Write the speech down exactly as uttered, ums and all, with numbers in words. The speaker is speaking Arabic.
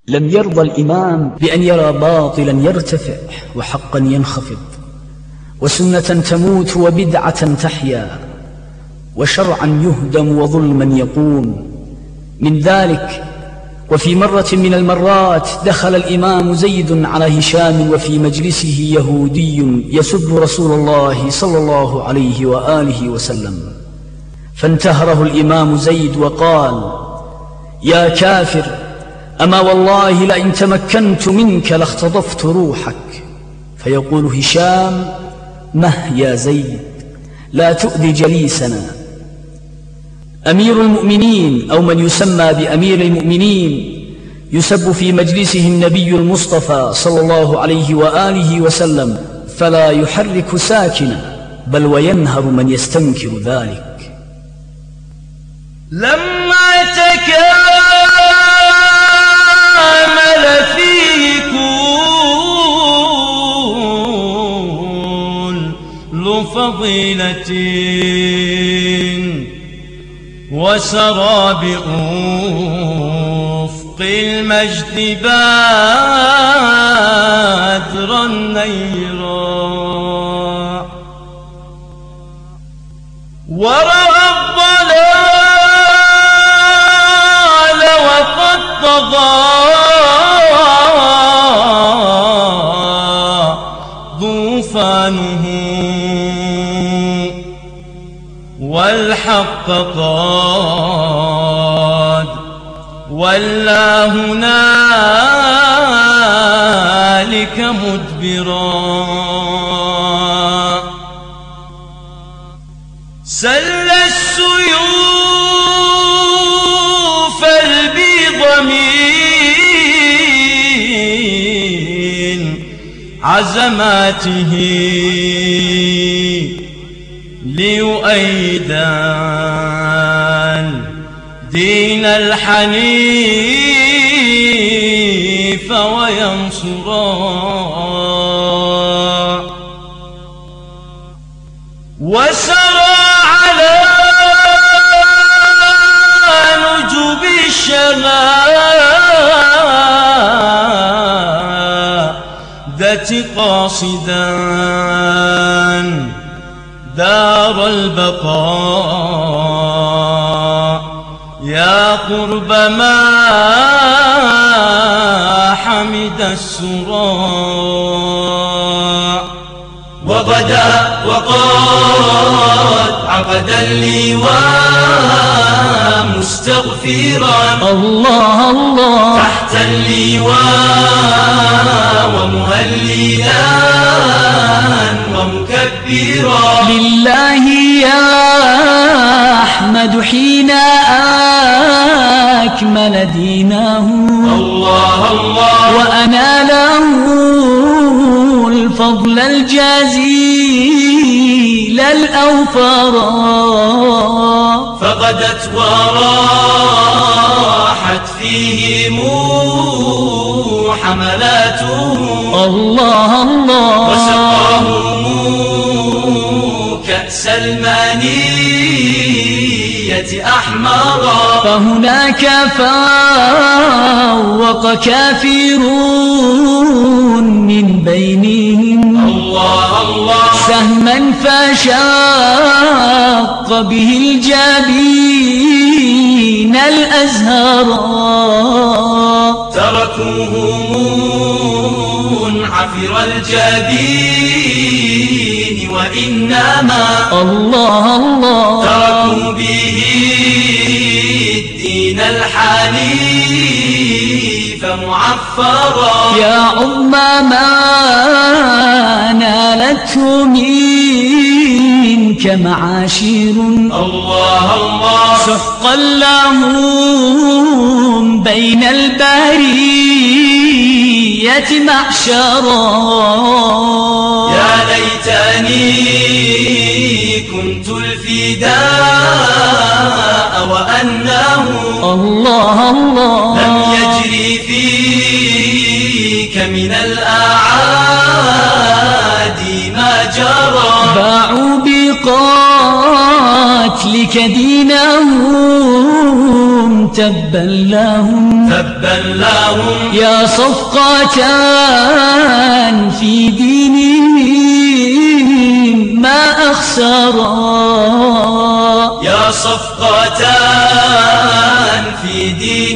لم يرضى الإمام بأن يرى باطلا يرتفع وحقا ينخفض، وسنة تموت وبدعة تحيا، وشرعا يهدم وظلما يقوم. من ذلك: وفي مرة من المرات دخل الإمام زيد على هشام وفي مجلسه يهودي يسب رسول الله صلى الله عليه وآله وسلم، فانتهره الإمام زيد وقال: يا كافر، أما والله لئن تمكنت منك لاختطفت روحك. فيقول هشام: مه يا زيد، لا تؤذي جليسنا. أمير المؤمنين أو من يسمى بأمير المؤمنين يسب في مجلسه النبي المصطفى صلى الله عليه وآله وسلم، فلا يحرك ساكنا، بل وينهر من يستنكر ذلك. لما تكامل فيكم لفضيلة وسرى بأفق المجد بادرا نيرا، ورأى الضلال وقد طغى طوفانه، والحق قد ولى هنالك مدبرا. سل السيوف البيض من عزماته ليؤيد دين الحنيف وينصرا، وسرى على نجوب الشهادة قاصدا دار البقاء، يا قرب ما حمد السرى. وغدا وقد عقد اللواء مستغفرا، الله الله تحت اللواء ومهللا ومكبرا، لله يا أحمد حين أكمل دينه، الله الله وأنا له الفضل الجزيل الأوفرا، فقدت وراحت فيهم حملاته، الله الله وسقاهم كأس المانية أحمرا، فهناك فوق كافرون من بينهم، الله الله سهما فشق به الجبين الأزهرا، تركوهم عفر الجبين وإنما الله الله تركوا به الدين الحنيف معفرا، يا عظم ما نالته منك معاشر، الله الله سحقا لهم بين البرية معشرا، يا ليتني كنت الفداء وأنه الله الله لم يجري فيك من الأعادي ما جرى، باعوا بقاتل قتلك دينهم تبا لهم تبا لهم يا صفقة في دينهم ما أخسرا يا صفقة في دينهم